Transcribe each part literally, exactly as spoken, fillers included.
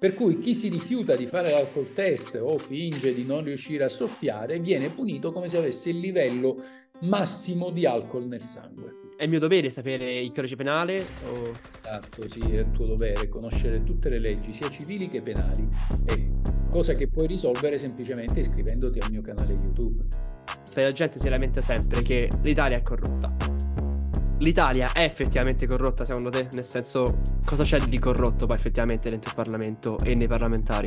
Per cui chi si rifiuta di fare l'alcol test o finge di non riuscire a soffiare viene punito come se avesse il livello massimo di alcol nel sangue. È il mio dovere sapere il codice penale? O... Esatto, sì, è il tuo dovere conoscere tutte le leggi, sia civili che penali, e cosa che puoi risolvere semplicemente iscrivendoti al mio canale YouTube. La gente si lamenta sempre che l'Italia è corrotta. L'Italia è effettivamente corrotta secondo te? Nel senso, cosa c'è di corrotto poi effettivamente dentro il Parlamento e nei parlamentari?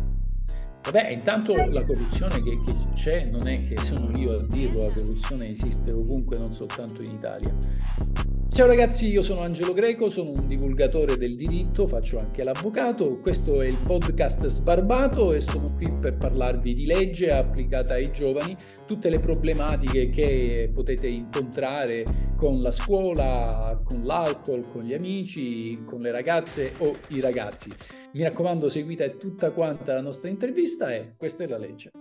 Vabbè, intanto la corruzione che, che c'è non è che sono io a dirlo, la corruzione esiste ovunque, non soltanto in Italia. Ciao ragazzi, io sono Angelo Greco, sono un divulgatore del diritto, faccio anche l'avvocato, questo è il podcast Sbarbato e sono qui per parlarvi di legge applicata ai giovani, tutte le problematiche che potete incontrare con la scuola, con l'alcol, con gli amici, con le ragazze o i ragazzi. Mi raccomando, seguite tutta quanta la nostra intervista e questa è la legge.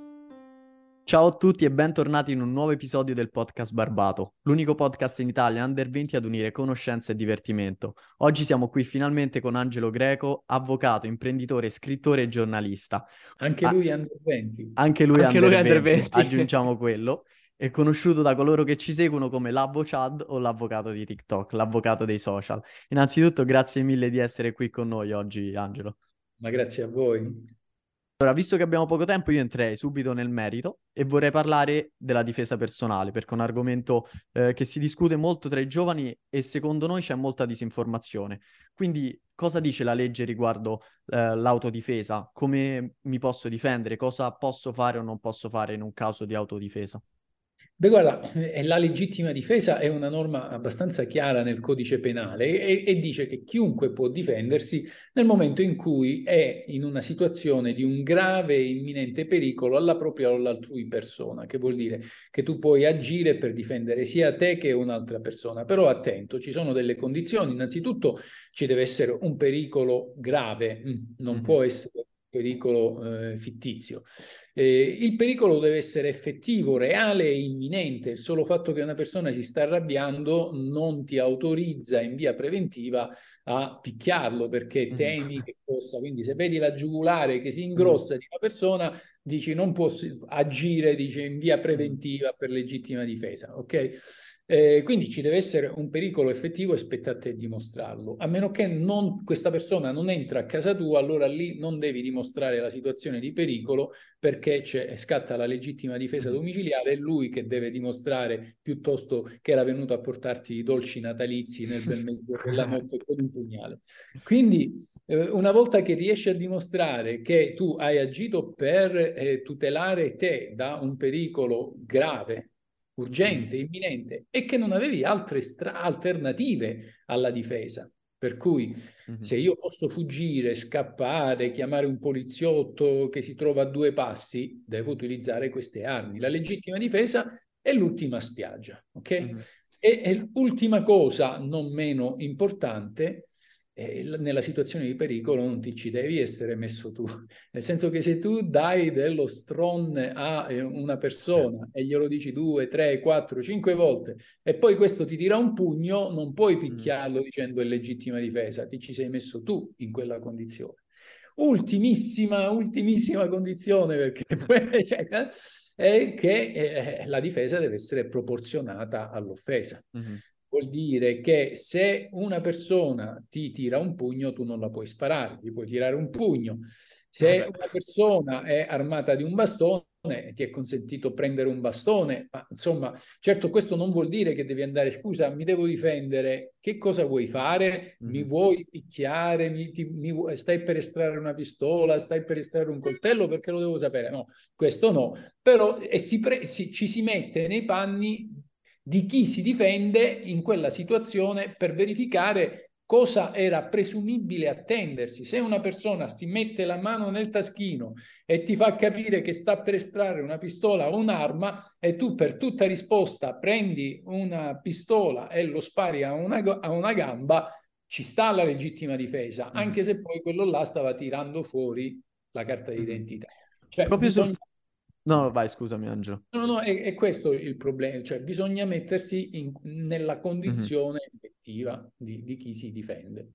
Ciao a tutti e bentornati in un nuovo episodio del podcast Barbato, l'unico podcast in Italia under venti ad unire conoscenza e divertimento. Oggi siamo qui finalmente con Angelo Greco, avvocato, imprenditore, scrittore e giornalista. Anche Ah, lui è under venti. Anche lui è Anche under lui è under venti, venti. aggiungiamo quello. È conosciuto da coloro che ci seguono come l'Avvocad o l'avvocato di TikTok, l'avvocato dei social. Innanzitutto grazie mille di essere qui con noi oggi, Angelo. Ma grazie a voi. Allora, visto che abbiamo poco tempo, io entrerei subito nel merito e vorrei parlare della difesa personale, perché è un argomento eh, che si discute molto tra i giovani e secondo noi c'è molta disinformazione. Quindi, cosa dice la legge riguardo eh, l'autodifesa? Come mi posso difendere? Cosa posso fare o non posso fare in un caso di autodifesa? Beh, guarda, la legittima difesa è una norma abbastanza chiara nel codice penale e, e dice che chiunque può difendersi nel momento in cui è in una situazione di un grave e imminente pericolo alla propria o all'altrui persona, che vuol dire che tu puoi agire per difendere sia te che un'altra persona. Però attento, ci sono delle condizioni. Innanzitutto ci deve essere un pericolo grave, non Mhm. può essere un pericolo eh, fittizio. Eh, il pericolo deve essere effettivo, reale e imminente. Il solo fatto che una persona si sta arrabbiando non ti autorizza in via preventiva a picchiarlo perché Mhm. temi che possa. Quindi se vedi la giugulare che si Mhm. ingrossa di una persona, dici non può agire, dice, in via Mhm. preventiva per legittima difesa, ok? Eh, quindi ci deve essere un pericolo effettivo e spetta a te dimostrarlo. A meno che non, questa persona non entra a casa tua, allora lì non devi dimostrare la situazione di pericolo perché c'è, scatta la legittima difesa Mhm. domiciliare, è lui che deve dimostrare piuttosto che era venuto a portarti i dolci natalizi nel bel mezzo della notte con un pugnale. Quindi eh, una volta che riesci a dimostrare che tu hai agito per eh, tutelare te da un pericolo grave, urgente, imminente e che non avevi altre stra- alternative alla difesa. Per cui Mhm. se io posso fuggire, scappare, chiamare un poliziotto che si trova a due passi, devo utilizzare queste armi. La legittima difesa è l'ultima spiaggia, ok? Mhm. E, e l'ultima cosa, non meno importante, eh, nella situazione di pericolo non ti ci devi essere messo tu. Nel senso che se tu dai dello stron a eh, una persona e glielo dici due, tre, quattro, cinque volte e poi questo ti tira un pugno, non puoi Mhm. picchiarlo dicendo è legittima difesa, ti ci sei messo tu in quella condizione. Ultimissima, ultimissima condizione perché poi, cioè, è che eh, la difesa deve essere proporzionata all'offesa. Mhm. Vuol dire che se una persona ti tira un pugno, tu non la puoi sparare, gli puoi tirare un pugno. Se Vabbè. una persona è armata di un bastone, ti è consentito prendere un bastone, ma insomma, certo questo non vuol dire che devi andare, scusa, mi devo difendere, che cosa vuoi fare? Mi Mhm. vuoi picchiare? Mi, ti, mi, stai per estrarre una pistola? Stai per estrarre un coltello? Perché lo devo sapere? No, questo no. Però e si pre, si, ci si mette nei panni di chi si difende in quella situazione per verificare cosa era presumibile attendersi. Se una persona si mette la mano nel taschino e ti fa capire che sta per estrarre una pistola o un'arma e tu per tutta risposta prendi una pistola e lo spari a una, a una gamba, ci sta la legittima difesa, Mhm. anche se poi quello là stava tirando fuori la carta Mhm. d'identità. Cioè, Proprio sul... bisogna... No, vai, scusami, Angelo. No, no, è, è questo il problema, cioè bisogna mettersi in- nella Mhm. condizione effettiva di, di chi si difende.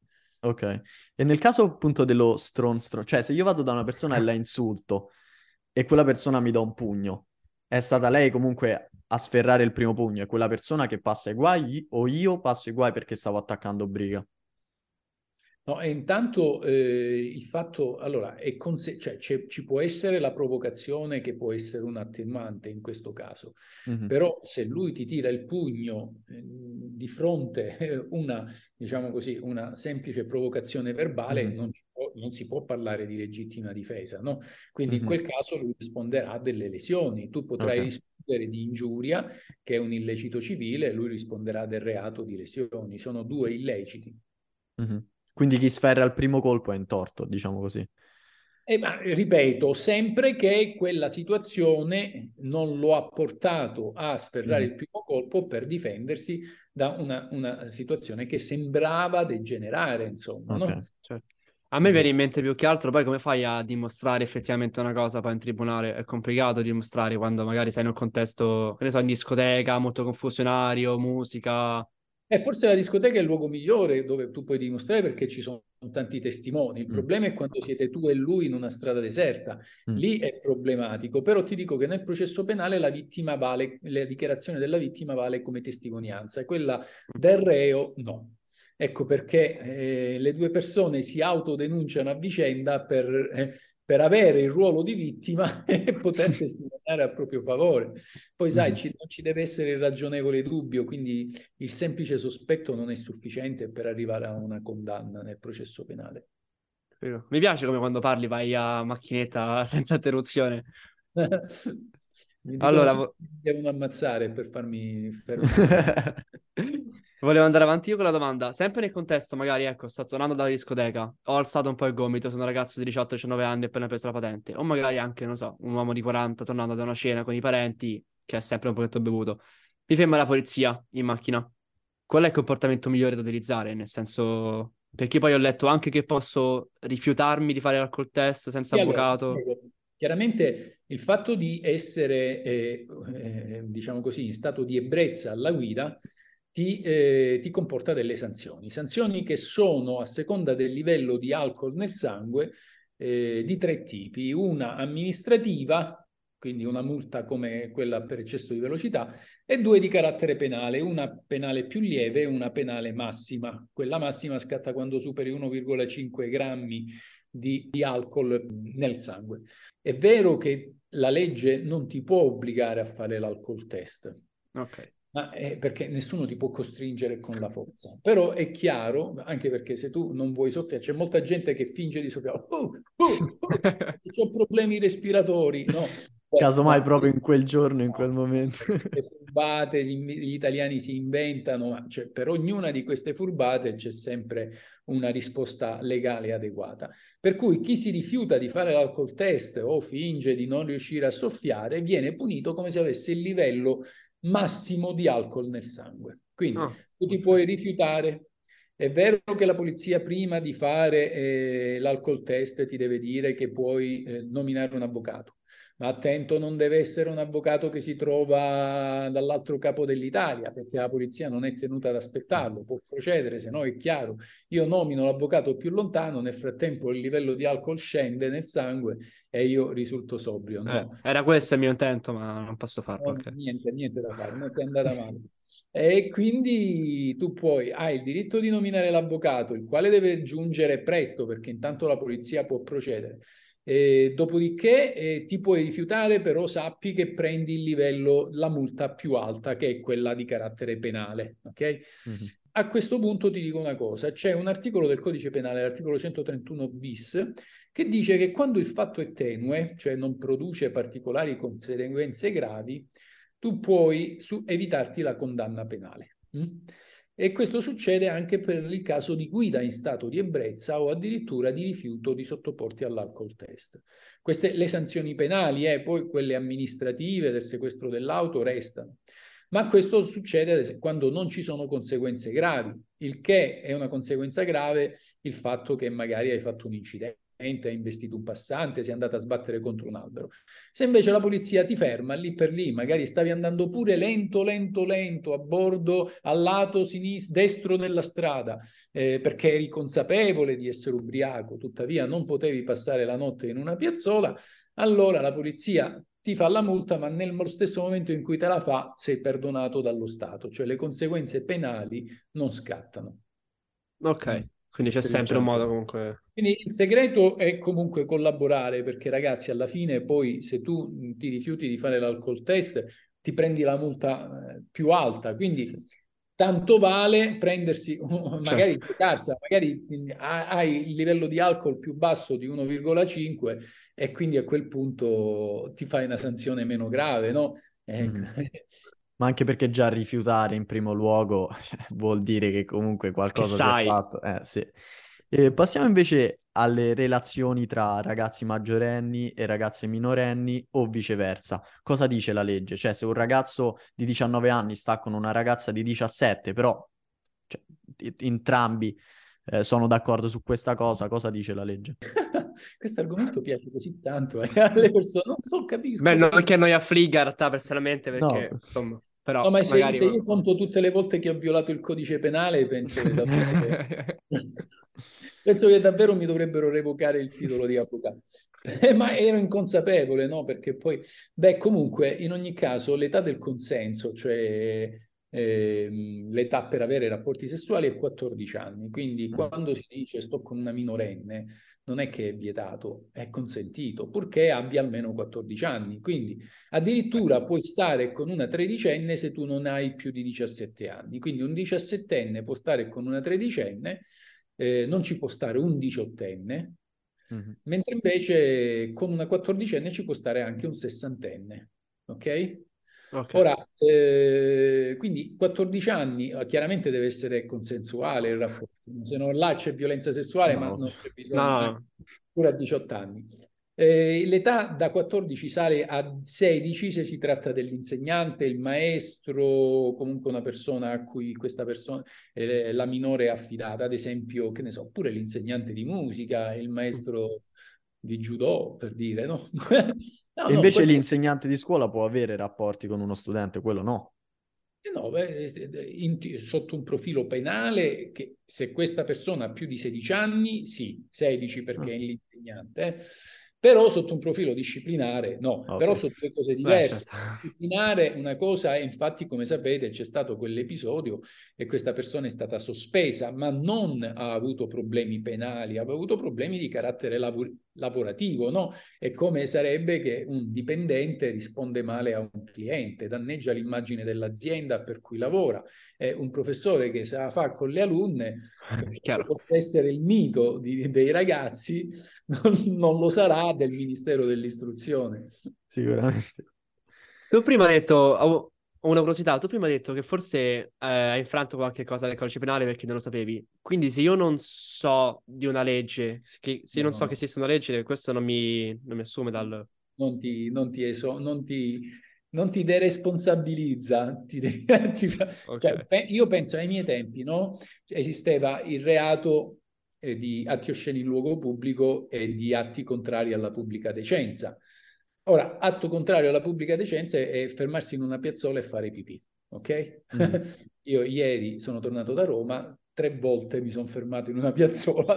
Ok. E nel caso appunto dello stronstro, cioè se io vado da una persona e la insulto e quella persona mi dà un pugno, è stata lei comunque a sferrare il primo pugno, è quella persona che passa i guai o io passo i guai perché stavo attaccando Briga? No, e intanto eh, il fatto, allora, è conse- cioè, c'è- ci può essere la provocazione che può essere un attenuante in questo caso, Mhm, però se lui ti tira il pugno eh, di fronte a una, diciamo così, una semplice provocazione verbale, mhm, non, ci può- non si può parlare di legittima difesa, no? Quindi in mhm. quel caso lui risponderà a delle lesioni, tu potrai Ok. rispondere di ingiuria, che è un illecito civile, e lui risponderà del reato di lesioni, sono due illeciti. Mhm. Quindi chi sferra il primo colpo è in torto, diciamo così. Eh, ma ripeto, sempre che quella situazione non lo ha portato a sferrare Mhm. il primo colpo per difendersi da una, una situazione che sembrava degenerare, insomma, Ok. no? Cioè, a me viene in mente più che altro poi come fai a dimostrare effettivamente una cosa poi in tribunale? È complicato dimostrare quando magari sei in un contesto, che ne so, in discoteca, molto confusionario, musica. E forse la discoteca è il luogo migliore dove tu puoi dimostrare perché ci sono tanti testimoni. Il Mm, problema è quando siete tu e lui in una strada deserta. mm, Lì è problematico, però ti dico che nel processo penale la vittima vale, la dichiarazione della vittima vale come testimonianza e quella del reo no. Ecco perché eh, le due persone si autodenunciano a vicenda per, eh, per avere il ruolo di vittima e poter testimoniare a proprio favore. Poi sai, mhm. ci, non ci deve essere il ragionevole dubbio, quindi il semplice sospetto non è sufficiente per arrivare a una condanna nel processo penale. Figo. Mi piace come quando parli vai a macchinetta senza interruzione. Mi dicono Allora, sempre vo- che mi devono ammazzare per farmi fermare. volevo andare avanti io con la domanda. Sempre nel contesto, magari, ecco, sto tornando dalla discoteca, ho alzato un po' il gomito, sono un ragazzo di diciotto diciannove anni appena preso la patente, o magari anche, non so, un uomo di quaranta tornando da una cena con i parenti, che è sempre un pochetto bevuto. Mi ferma la polizia in macchina. Qual è il comportamento migliore da utilizzare? Nel senso, perché poi ho letto anche che posso rifiutarmi di fare l'alcol test senza Sì, allora, ti avvocato. spiego. Chiaramente il fatto di essere, eh, eh, diciamo così, in stato di ebbrezza alla guida ti, eh, ti comporta delle sanzioni. Sanzioni che sono, a seconda del livello di alcol nel sangue, eh, di tre tipi. Una amministrativa, quindi una multa come quella per eccesso di velocità, e due di carattere penale, una penale più lieve e una penale massima. Quella massima scatta quando superi uno virgola cinque grammi di, di alcol nel sangue. È vero che la legge non ti può obbligare a fare l'alcol test, Ok. ma è perché nessuno ti può costringere con la forza. Però è chiaro, anche perché se tu non vuoi soffiare, c'è molta gente che finge di soffiare, uh, uh, uh, ho problemi respiratori, no? Eh, Casomai no, proprio in quel giorno, in quel no, no, momento. queste furbate gli, gli italiani si inventano, ma cioè, per ognuna di queste furbate c'è sempre una risposta legale adeguata. Per cui chi si rifiuta di fare l'alcol test o finge di non riuscire a soffiare viene punito come se avesse il livello massimo di alcol nel sangue. Quindi Ah, tu ti ok. puoi rifiutare. È vero che la polizia prima di fare eh, l'alcol test ti deve dire che puoi eh, nominare un avvocato, ma attento, non deve essere un avvocato che si trova dall'altro capo dell'Italia, perché la polizia non è tenuta ad aspettarlo, può procedere, se no è chiaro. Io nomino l'avvocato più lontano, nel frattempo il livello di alcol scende nel sangue e io risulto sobrio. Eh, No, era questo il mio intento, ma non posso farlo, no, ok. niente, niente da fare, non ti è andata male. E quindi tu puoi, hai il diritto di nominare l'avvocato, il quale deve giungere presto perché intanto la polizia può procedere. E dopodiché eh, ti puoi rifiutare, però sappi che prendi il livello, la multa più alta, che è quella di carattere penale. Ok? Mhm. A questo punto ti dico una cosa, c'è un articolo del codice penale, l'articolo centotrentuno bis, che dice che quando il fatto è tenue, cioè non produce particolari conseguenze gravi, tu puoi su- evitarti la condanna penale. Mm? E questo succede anche per il caso di guida in stato di ebbrezza o addirittura di rifiuto di sottoporti all'alcol test. Queste, le sanzioni penali, eh, poi quelle amministrative del sequestro dell'auto restano. Ma questo succede quando non ci sono conseguenze gravi, il che è una conseguenza grave il fatto che magari hai fatto un incidente, hai investito un passante, sei andato a sbattere contro un albero. Se invece la polizia ti ferma lì per lì, magari stavi andando pure lento, lento, lento, a bordo, al lato sinistro, destro della strada, eh, perché eri consapevole di essere ubriaco, tuttavia non potevi passare la notte in una piazzola, allora la polizia ti fa la multa, ma nello stesso momento in cui te la fa sei perdonato dallo Stato, cioè le conseguenze penali non scattano. Ok, quindi c'è sempre un modo comunque... Quindi il segreto è comunque collaborare, perché ragazzi alla fine poi se tu ti rifiuti di fare l'alcol test ti prendi la multa eh, più alta, quindi tanto vale prendersi, magari Certo. Carsa, magari hai il livello di alcol più basso di uno virgola cinque e quindi a quel punto ti fai una sanzione meno grave, no? Ecco. Mm. Ma anche perché già rifiutare in primo luogo vuol dire che comunque qualcosa Che si è sai. fatto. Eh, sì. E passiamo invece alle relazioni tra ragazzi maggiorenni e ragazze minorenni o viceversa. Cosa dice la legge? Cioè, se un ragazzo di diciannove anni sta con una ragazza di diciassette, però cioè, entrambi eh, sono d'accordo su questa cosa, cosa dice la legge? Questo argomento piace così tanto eh, alle persone, non so, capisco. Beh, non che noi affligga in realtà personalmente, perché No. insomma, però No, ma se, magari... se io conto tutte le volte che ho violato il codice penale, penso che davvero, penso che davvero mi dovrebbero revocare il titolo di avvocato. Eh, ma ero inconsapevole, no? Perché poi, beh, comunque, in ogni caso, l'età del consenso, cioè ehm, l'età per avere rapporti sessuali è quattordici anni. Quindi quando si dice sto con una minorenne, non è che è vietato, è consentito, purché abbia almeno quattordici anni. Quindi addirittura puoi stare con una tredicenne se tu non hai più di diciassette anni. Quindi un diciassettenne può stare con una tredicenne, eh, non ci può stare un diciottenne, mm-hmm. mentre invece con una quattordicenne ci può stare anche un sessantenne. Ok? Okay. Ora, eh, quindi quattordici anni, chiaramente deve essere consensuale il rapporto, se no là c'è violenza sessuale, no. Ma non c'è bisogno, no, no. Pure a diciotto anni. Eh, l'età da quattordici sale a sedici se si tratta dell'insegnante, il maestro, comunque una persona a cui questa persona, eh, la minore è affidata, ad esempio, che ne so, pure l'insegnante di musica, il maestro di judo, per dire, no? no e invece no, l'insegnante di scuola può avere rapporti con uno studente, quello no. No, in, sotto un profilo penale, che se questa persona ha più di sedici anni, sì, sedici perché è l'insegnante, però sotto un profilo disciplinare no, okay. Però sono due cose diverse. Beh, certo. Disciplinare una cosa è, infatti, come sapete, c'è stato quell'episodio e questa persona è stata sospesa, ma non ha avuto problemi penali, ha avuto problemi di carattere lav- lavorativo, no? È come sarebbe che un dipendente risponde male a un cliente, danneggia l'immagine dell'azienda per cui lavora. È un professore che se la fa con le alunne, che possa essere il mito di, dei ragazzi, non, non lo sarà del Ministero dell'Istruzione. Sicuramente. Tu prima hai detto, ho una curiosità, tu prima hai detto che forse eh, hai infranto qualche cosa del codice penale perché non lo sapevi. Quindi se io non so di una legge, che, se io no, non so no. che esiste una legge, questo non mi, non mi assume dal... Non ti, non ti, eso, non ti, non ti deresponsabilizza. Ti de... ti... Okay. Cioè, pe- io penso ai miei tempi, no? Esisteva il reato eh, di atti osceni in luogo pubblico e di atti contrari alla pubblica decenza. Ora, atto contrario alla pubblica decenza è fermarsi in una piazzola e fare pipì, ok? Mm. Io ieri sono tornato da Roma, tre volte mi sono fermato in una piazzola.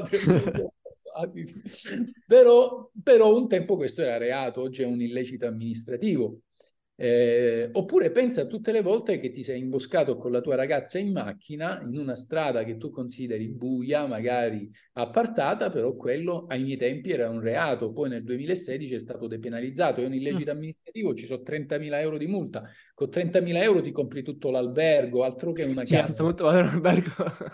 però, però un tempo questo era reato, oggi è un illecito amministrativo. Eh, oppure pensa a tutte le volte che ti sei imboscato con la tua ragazza in macchina in una strada che tu consideri buia, magari appartata, però quello ai miei tempi era un reato, poi nel duemilasedici è stato depenalizzato, è un illecito amministrativo, ci sono trentamila euro di multa, con trentamila euro ti compri tutto l'albergo, altro che una sì, casa. Molto vado all'albergo.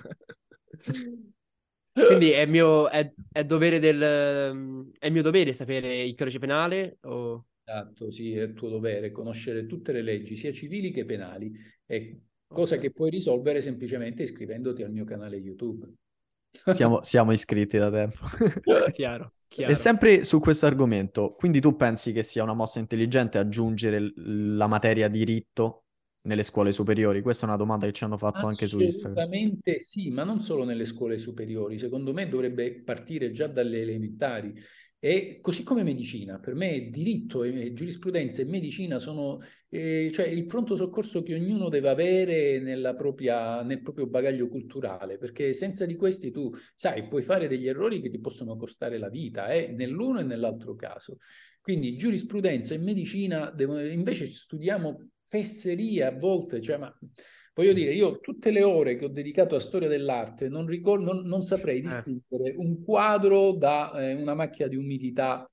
Quindi è mio è, è dovere del è mio dovere sapere il codice penale o... Esatto, sì, è il tuo dovere conoscere tutte le leggi, sia civili che penali, è cosa okay. che puoi risolvere semplicemente iscrivendoti al mio canale YouTube. Siamo, siamo iscritti da tempo. Chiaro, chiaro. E sempre su questo argomento, quindi tu pensi che sia una mossa intelligente aggiungere l- la materia diritto nelle scuole superiori? Questa è una domanda che ci hanno fatto anche su Instagram. Assolutamente sì, ma non solo nelle scuole superiori. Secondo me dovrebbe partire già dalle elementari. E così come medicina, per me diritto e giurisprudenza e medicina sono eh, cioè il pronto soccorso che ognuno deve avere nella propria, nel proprio bagaglio culturale, perché senza di questi tu, sai, puoi fare degli errori che ti possono costare la vita, eh, nell'uno e nell'altro caso. Quindi giurisprudenza e medicina, devono, invece studiamo fesserie a volte, cioè, ma voglio dire, io tutte le ore che ho dedicato a storia dell'arte non, ricordo, non, non saprei Eh. distinguere un quadro da eh, una macchia di umidità.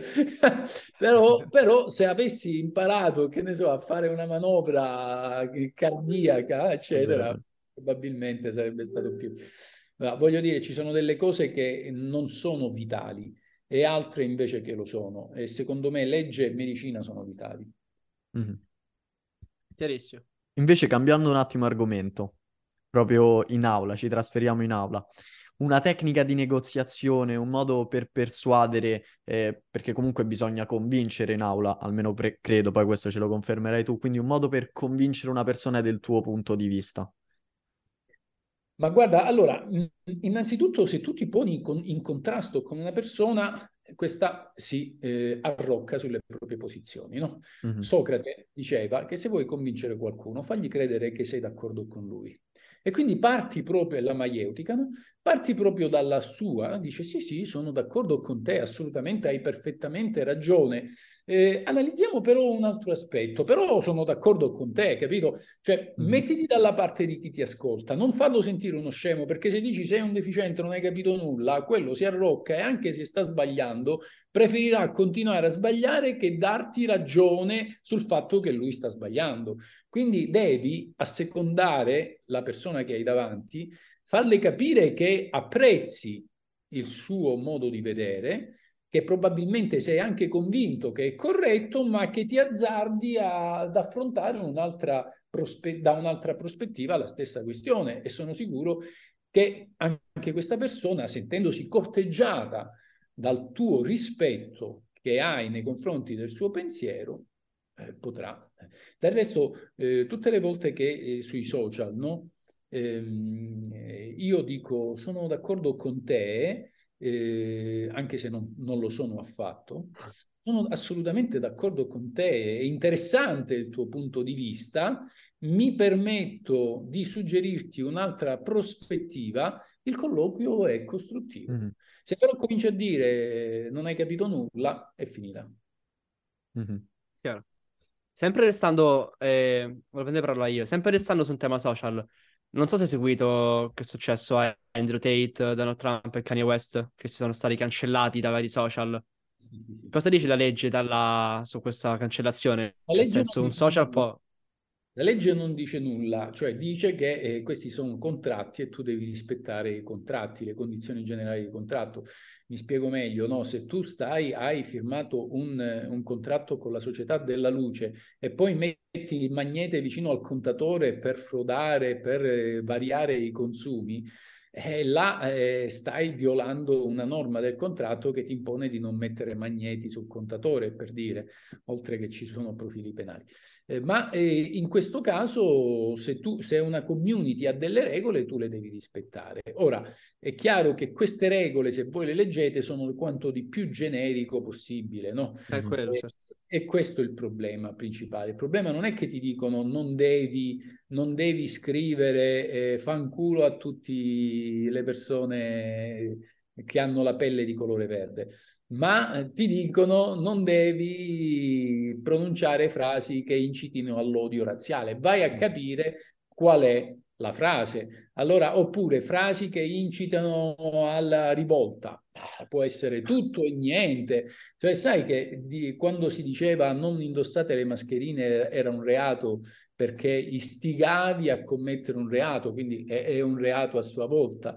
però, però se avessi imparato, che ne so, a fare una manovra cardiaca, eccetera, probabilmente sarebbe stato più... Ma voglio dire, ci sono delle cose che non sono vitali e altre invece che lo sono. E secondo me legge e medicina sono vitali. Mm-hmm. Chiarissimo. Invece, cambiando un attimo argomento, proprio in aula, ci trasferiamo in aula. Una tecnica di negoziazione, un modo per persuadere, eh, perché comunque bisogna convincere in aula, almeno pre- credo, poi questo ce lo confermerai tu, quindi un modo per convincere una persona del tuo punto di vista. Ma guarda, allora, innanzitutto se tu ti poni con, in contrasto con una persona, questa si eh, arrocca sulle proprie posizioni, no? Mm-hmm. Socrate diceva che se vuoi convincere qualcuno, fagli credere che sei d'accordo con lui. E quindi parti proprio, la maieutica, no? Parti proprio dalla sua, dice sì sì, sono d'accordo con te, assolutamente, hai perfettamente ragione. Eh, analizziamo però un altro aspetto, però sono d'accordo con te, capito? Cioè, Mm-hmm. mettiti dalla parte di chi ti ascolta, non farlo sentire uno scemo, perché se dici sei un deficiente, non hai capito nulla, quello si arrocca e anche se sta sbagliando, preferirà continuare a sbagliare che darti ragione sul fatto che lui sta sbagliando. Quindi devi assecondare la persona che hai davanti, farle capire che apprezzi il suo modo di vedere, che probabilmente sei anche convinto che è corretto, ma che ti azzardi a, ad affrontare un'altra prospe- da un'altra prospettiva la stessa questione. E sono sicuro che anche questa persona, sentendosi corteggiata dal tuo rispetto che hai nei confronti del suo pensiero, eh, potrà. Del resto, eh, tutte le volte che eh, sui social, no? Ehm, io dico sono d'accordo con te, eh, anche se non, non lo sono affatto, sono assolutamente d'accordo con te, è interessante il tuo punto di vista, mi permetto di suggerirti un'altra prospettiva, il colloquio è costruttivo. Mm-hmm. Se però cominci a dire non hai capito nulla, è finita. Mm-hmm. Chiaro. Sempre restando, eh, volevo prendere parola io, sempre restando su un tema social, non so se hai seguito che è successo a Andrew Tate, Donald Trump e Kanye West, che si sono stati cancellati da vari social. Sì, sì, sì. Cosa dice la legge dalla... su questa cancellazione? La Nel legge senso, non un dice social nulla. può... La legge non dice nulla, cioè dice che eh, questi sono contratti e tu devi rispettare i contratti, le condizioni generali di contratto. Mi spiego meglio, no? Se tu stai, hai firmato un, un contratto con la società della luce e poi metti il magnete vicino al contatore per frodare, per eh, variare i consumi, eh, là eh, stai violando una norma del contratto che ti impone di non mettere magneti sul contatore, per dire, oltre che ci sono profili penali. Eh, ma eh, in questo caso, se, tu, se una community ha delle regole, tu le devi rispettare. Ora, è chiaro che queste regole, se voi le leggete, sono quanto di più generico possibile, no? È Mm-hmm. quello, E, certo. e questo è il problema principale. Il problema non è che ti dicono non devi, non devi scrivere eh, fanculo a tutte le persone che hanno la pelle di colore verde, ma ti dicono non devi pronunciare frasi che incitino all'odio razziale. Vai a capire qual è la frase. Allora, oppure frasi che incitano alla rivolta. Può essere tutto e niente. Cioè, sai che di, quando si diceva non indossate le mascherine era un reato perché istigavi a commettere un reato, quindi è, è un reato a sua volta.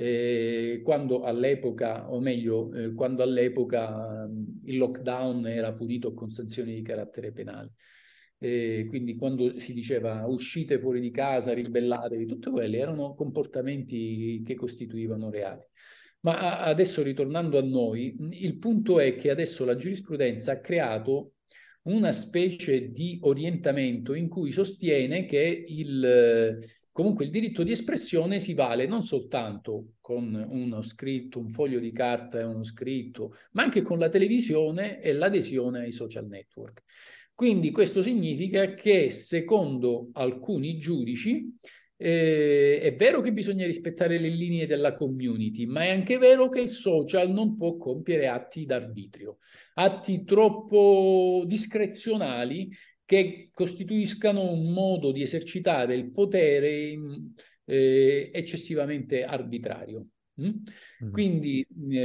Eh, quando all'epoca, o meglio, eh, quando all'epoca mh, il lockdown era punito con sanzioni di carattere penale. Eh, quindi quando si diceva uscite fuori di casa, ribellatevi, tutti quelli erano comportamenti che costituivano reati. Ma adesso ritornando a noi, il punto è che adesso la giurisprudenza ha creato una specie di orientamento in cui sostiene che il, comunque il diritto di espressione si vale non soltanto con uno scritto, un foglio di carta e uno scritto, ma anche con la televisione e l'adesione ai social network. Quindi questo significa che secondo alcuni giudici eh, è vero che bisogna rispettare le linee della community, ma è anche vero che il social non può compiere atti d'arbitrio, atti troppo discrezionali che costituiscano un modo di esercitare il potere eh, eccessivamente arbitrario. Mm? Mm-hmm. Quindi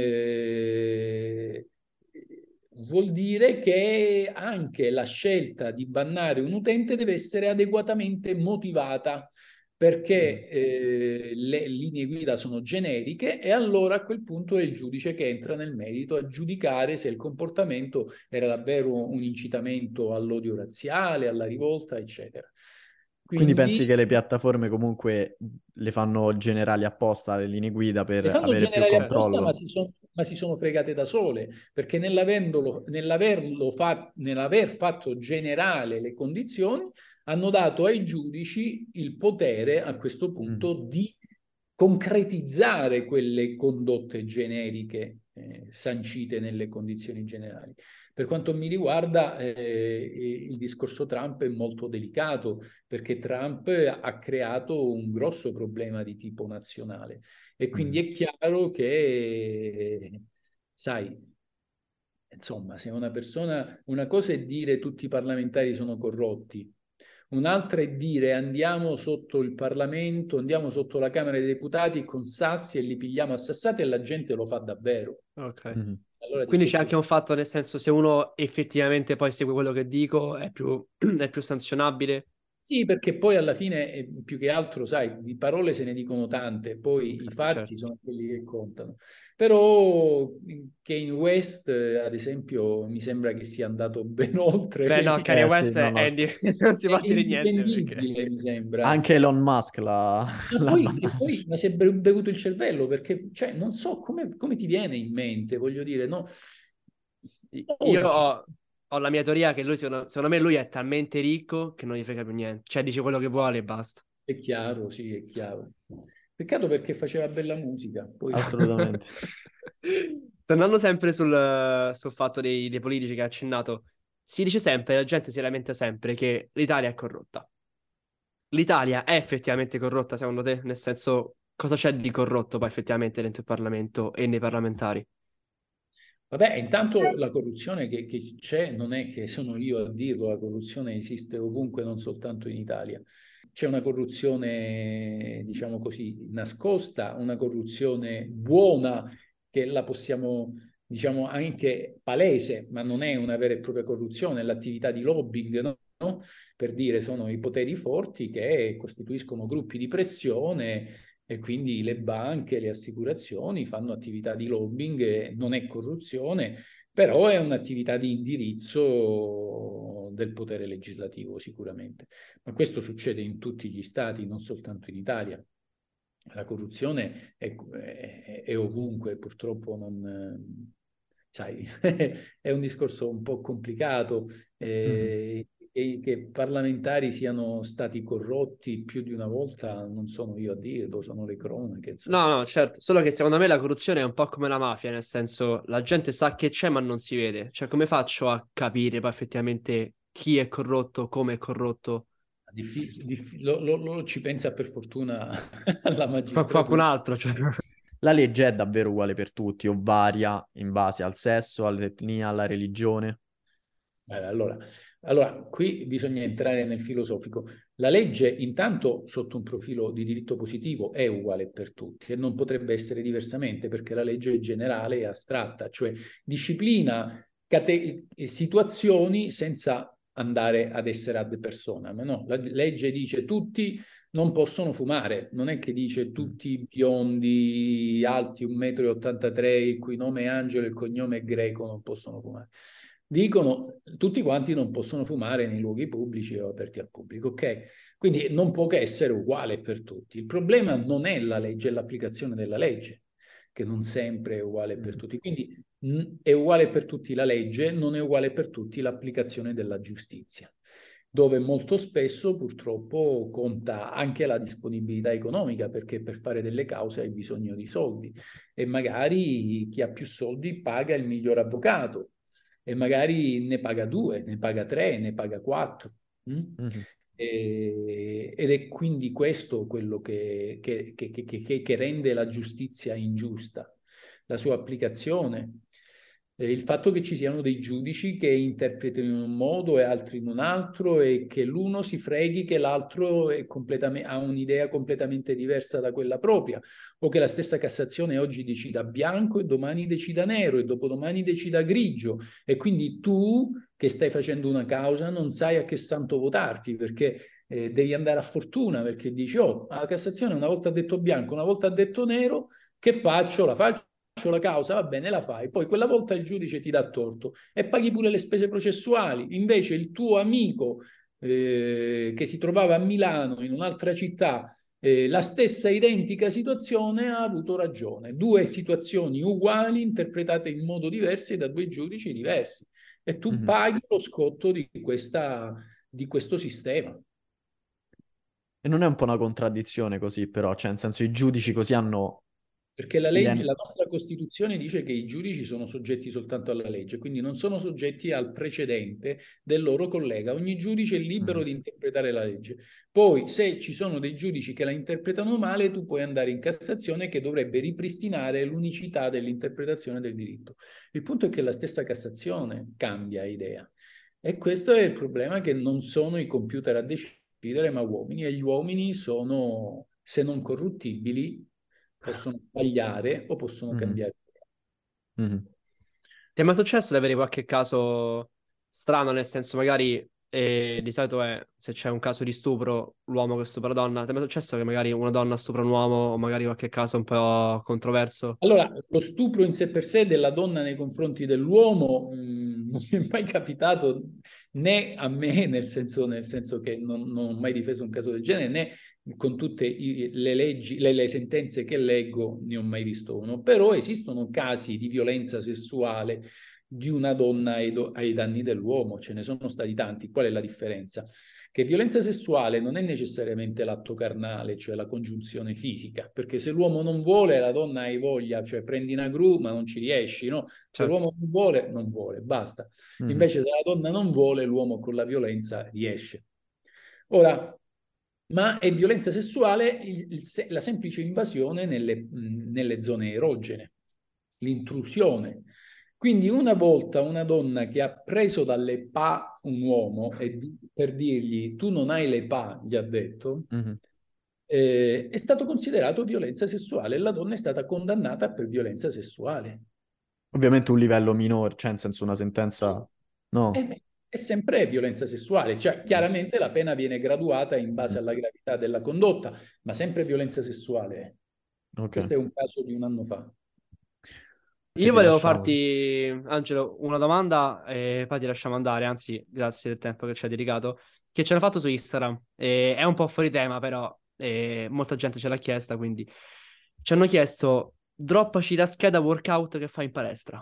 eh, vuol dire che anche la scelta di bannare un utente deve essere adeguatamente motivata, perché eh, le linee guida sono generiche e allora a quel punto è il giudice che entra nel merito a giudicare se il comportamento era davvero un incitamento all'odio razziale, alla rivolta, eccetera. Quindi, Quindi pensi che le piattaforme comunque le fanno generali apposta, le linee guida, per avere più controllo? Apposta, ma, si son, ma si sono fregate da sole, perché nell'averlo, nell'averlo fa, nell'aver fatto generale le condizioni, hanno dato ai giudici il potere a questo punto mm. di concretizzare quelle condotte generiche eh, sancite nelle condizioni generali. Per quanto mi riguarda, eh, il discorso Trump è molto delicato, perché Trump ha creato un grosso problema di tipo nazionale e quindi mm. è chiaro che, sai, insomma, se una persona, una cosa è dire tutti i parlamentari sono corrotti, un'altra è dire andiamo sotto il Parlamento, andiamo sotto la Camera dei Deputati con sassi e li pigliamo a sassate e la gente lo fa davvero. Ok. Mm-hmm. Allora, quindi c'è anche un fatto, nel senso, se uno effettivamente poi segue quello che dico è più, è più sanzionabile? Sì, perché poi alla fine, eh, più che altro, sai, di parole se ne dicono tante, poi okay, i fatti certo. sono quelli che contano. Però Kanye West, ad esempio, mi sembra che sia andato ben oltre. Beh no, Kanye eh, West sì, è, no, è no. di... non si può dire niente. Perché... mi sembra. Anche Elon Musk l'ha... Ma poi, e poi mi si è bevuto il cervello, perché, cioè, non so come, come ti viene in mente, voglio dire, no? Io ho, ho la mia teoria che lui, secondo, secondo me, lui è talmente ricco che non gli frega più niente. Cioè, dice quello che vuole e basta. È chiaro, sì, è chiaro. Peccato perché faceva bella musica. Poi... Assolutamente. Tornando sempre sul, sul fatto dei, dei politici che ha accennato, si dice sempre, la gente si lamenta sempre che l'Italia è corrotta. L'Italia è effettivamente corrotta, secondo te? Nel senso, cosa c'è di corrotto poi effettivamente dentro il Parlamento e nei parlamentari? Vabbè, intanto la corruzione che, che c'è non è che sono io a dirlo, la corruzione esiste ovunque, non soltanto in Italia. C'è una corruzione, diciamo così, nascosta, una corruzione buona che la possiamo, diciamo, anche palese, ma non è una vera e propria corruzione, è l'attività di lobbying, no? No? Per dire, sono i poteri forti che costituiscono gruppi di pressione e quindi le banche, le assicurazioni fanno attività di lobbying, e non è corruzione, però è un'attività di indirizzo del potere legislativo sicuramente. Ma questo succede in tutti gli stati, non soltanto in Italia. La corruzione è, è, è ovunque, purtroppo non... sai, è un discorso un po' complicato. Eh, mm-hmm. E che parlamentari siano stati corrotti più di una volta non sono io a dirlo, sono le cronache. Insomma. No, no, certo, solo che secondo me la corruzione è un po' come la mafia, nel senso la gente sa che c'è ma non si vede. Cioè, come faccio a capire poi effettivamente chi è corrotto, come è corrotto? Diffi- diffi- lo, lo, lo ci pensa per fortuna la magistratura. Qualcun altro, cioè... La legge è davvero uguale per tutti o varia in base al sesso, all'etnia, alla religione? Allora, allora, qui bisogna entrare nel filosofico. La legge, intanto, sotto un profilo di diritto positivo, è uguale per tutti e non potrebbe essere diversamente, perché la legge è generale e astratta, cioè disciplina cate- situazioni senza andare ad essere ad personam. No? La legge dice tutti non possono fumare, non è che dice tutti biondi, alti un metro e ottantatré, il cui nome è Angelo e il cognome è greco, non possono fumare. Dicono tutti quanti non possono fumare nei luoghi pubblici o aperti al pubblico, ok? Quindi non può che essere uguale per tutti. Il problema non è la legge, è l'applicazione della legge. che non sempre è uguale per tutti. Quindi mh, è uguale per tutti la legge, non è uguale per tutti l'applicazione della giustizia, dove molto spesso purtroppo conta anche la disponibilità economica, perché per fare delle cause hai bisogno di soldi e magari chi ha più soldi paga il miglior avvocato e magari ne paga due, ne paga tre, ne paga quattro. Mm? Mm-hmm. E, ed è quindi questo quello che, che, che, che, che rende la giustizia ingiusta, la sua applicazione. Eh, il fatto che ci siano dei giudici che interpretano in un modo e altri in un altro e che l'uno si freghi che l'altro è completamente, ha un'idea completamente diversa da quella propria, o che la stessa Cassazione oggi decida bianco e domani decida nero e dopodomani decida grigio, e quindi tu che stai facendo una causa non sai a che santo votarti, perché eh, devi andare a fortuna, perché dici, oh, la Cassazione una volta ha detto bianco, una volta ha detto nero, che faccio? La faccio? La causa, va bene, la fai, poi quella volta il giudice ti dà torto e paghi pure le spese processuali. Invece il tuo amico eh, che si trovava a Milano, in un'altra città, eh, la stessa identica situazione, ha avuto ragione. Due situazioni uguali interpretate in modo diverso da due giudici diversi, e tu mm-hmm. paghi lo scotto di, questa, di questo sistema. E non è un po' una contraddizione così, però, cioè, nel senso, i giudici così hanno... Perché la, legge, la nostra Costituzione dice che i giudici sono soggetti soltanto alla legge, quindi non sono soggetti al precedente del loro collega. Ogni giudice è libero mm. di interpretare la legge. Poi, se ci sono dei giudici che la interpretano male, tu puoi andare in Cassazione, che dovrebbe ripristinare l'unicità dell'interpretazione del diritto. Il punto è che la stessa Cassazione cambia idea. E questo è il problema, che non sono i computer a decidere, ma uomini. E gli uomini sono, se non corruttibili, possono sbagliare o possono mm-hmm. cambiare. Mm-hmm. Ti è mai successo di avere qualche caso strano, nel senso magari eh, di solito è se c'è un caso di stupro, l'uomo che stupra la donna, ti è mai successo che magari una donna stupra un uomo, o magari qualche caso un po' controverso? Allora, lo stupro in sé per sé della donna nei confronti dell'uomo mh, non mi è mai capitato, né a me, nel senso, nel senso che non, non ho mai difeso un caso del genere, né con tutte i, le leggi, le, le sentenze che leggo ne ho mai visto uno. Però esistono casi di violenza sessuale di una donna ai, do, ai danni dell'uomo, ce ne sono stati tanti. Qual è la differenza? Che violenza sessuale non è necessariamente l'atto carnale, cioè la congiunzione fisica, perché se l'uomo non vuole, la donna hai voglia, cioè prendi una gru ma non ci riesci, no? Se certo. l'uomo non vuole, non vuole, basta. Mm. Invece se la donna non vuole, l'uomo con la violenza riesce. Ora, ma è violenza sessuale il, il, la semplice invasione nelle, mh, nelle zone erogene, l'intrusione. Quindi una volta una donna che ha preso dalle pa un uomo e di, per dirgli tu non hai le pa, gli ha detto, mm-hmm. eh, è stato considerato violenza sessuale e la donna è stata condannata per violenza sessuale. Ovviamente un livello minore, cioè in senso una sentenza... No. Eh, è sempre violenza sessuale, cioè chiaramente la pena viene graduata in base alla gravità della condotta, ma sempre violenza sessuale. Okay. Questo è un caso di un anno fa. Io volevo lasciamo. farti, Angelo, una domanda e poi ti lasciamo andare, anzi, grazie del tempo che ci hai dedicato, che ci hanno fatto su Instagram. E è un po' fuori tema, però e molta gente ce l'ha chiesta, quindi ci hanno chiesto, droppaci la scheda workout che fai in palestra.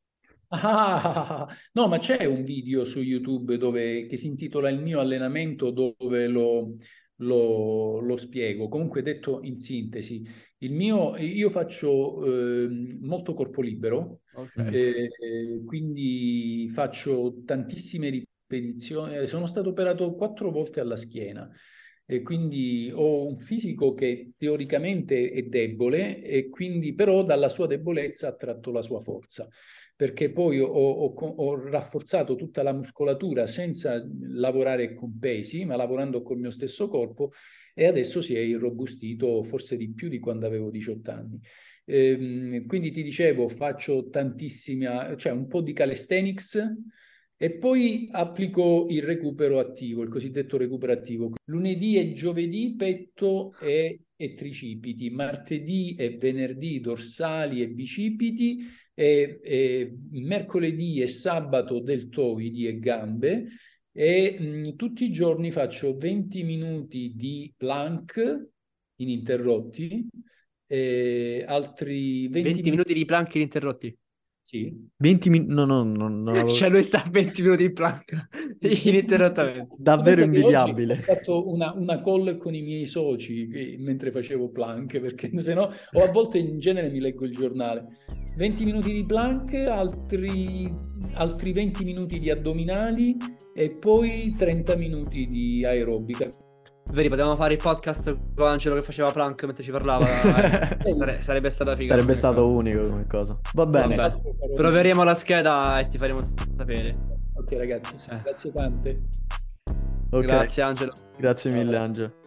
Ah, no, ma c'è un video su YouTube dove, che si intitola Il mio allenamento, dove lo, lo, lo spiego. Comunque, detto in sintesi, il mio, io faccio eh, molto corpo libero, okay. eh, quindi faccio tantissime ripetizioni. Sono stato operato quattro volte alla schiena. E quindi ho un fisico che teoricamente è debole, e quindi però dalla sua debolezza ha tratto la sua forza, perché poi ho, ho, ho rafforzato tutta la muscolatura senza lavorare con pesi, ma lavorando col mio stesso corpo, e adesso si è irrobustito forse di più di quando avevo diciotto anni. Ehm, quindi ti dicevo, faccio tantissima, cioè un po' di calisthenics, e poi applico il recupero attivo, il cosiddetto recupero attivo. Lunedì e giovedì petto e, e tricipiti, martedì e venerdì dorsali e bicipiti, e, e mercoledì e sabato deltoidi e gambe, e mh, tutti i giorni faccio venti minuti di plank ininterrotti, e altri venti, venti minuti di plank ininterrotti. Sì. venti minuti, no, no, no, non avevo... Cioè lui sta a venti minuti in plank ininterrottamente. Davvero Pensa che oggi invidiabile. ho fatto una, una call con i miei soci eh, mentre facevo plank, perché se no, o a volte in genere mi leggo il giornale. venti minuti di plank, altri, altri venti minuti di addominali e poi trenta minuti di aerobica. Vedi, potevamo fare il podcast con Angelo che faceva plank mentre ci parlava. eh. Sare- sarebbe stata figa. Sarebbe come stato cosa. unico come cosa. Va bene. Vabbè, proveremo la scheda e ti faremo sapere. Ok ragazzi, Eh. grazie tante. Ok. Grazie Angelo. Grazie Ciao. mille, Angelo.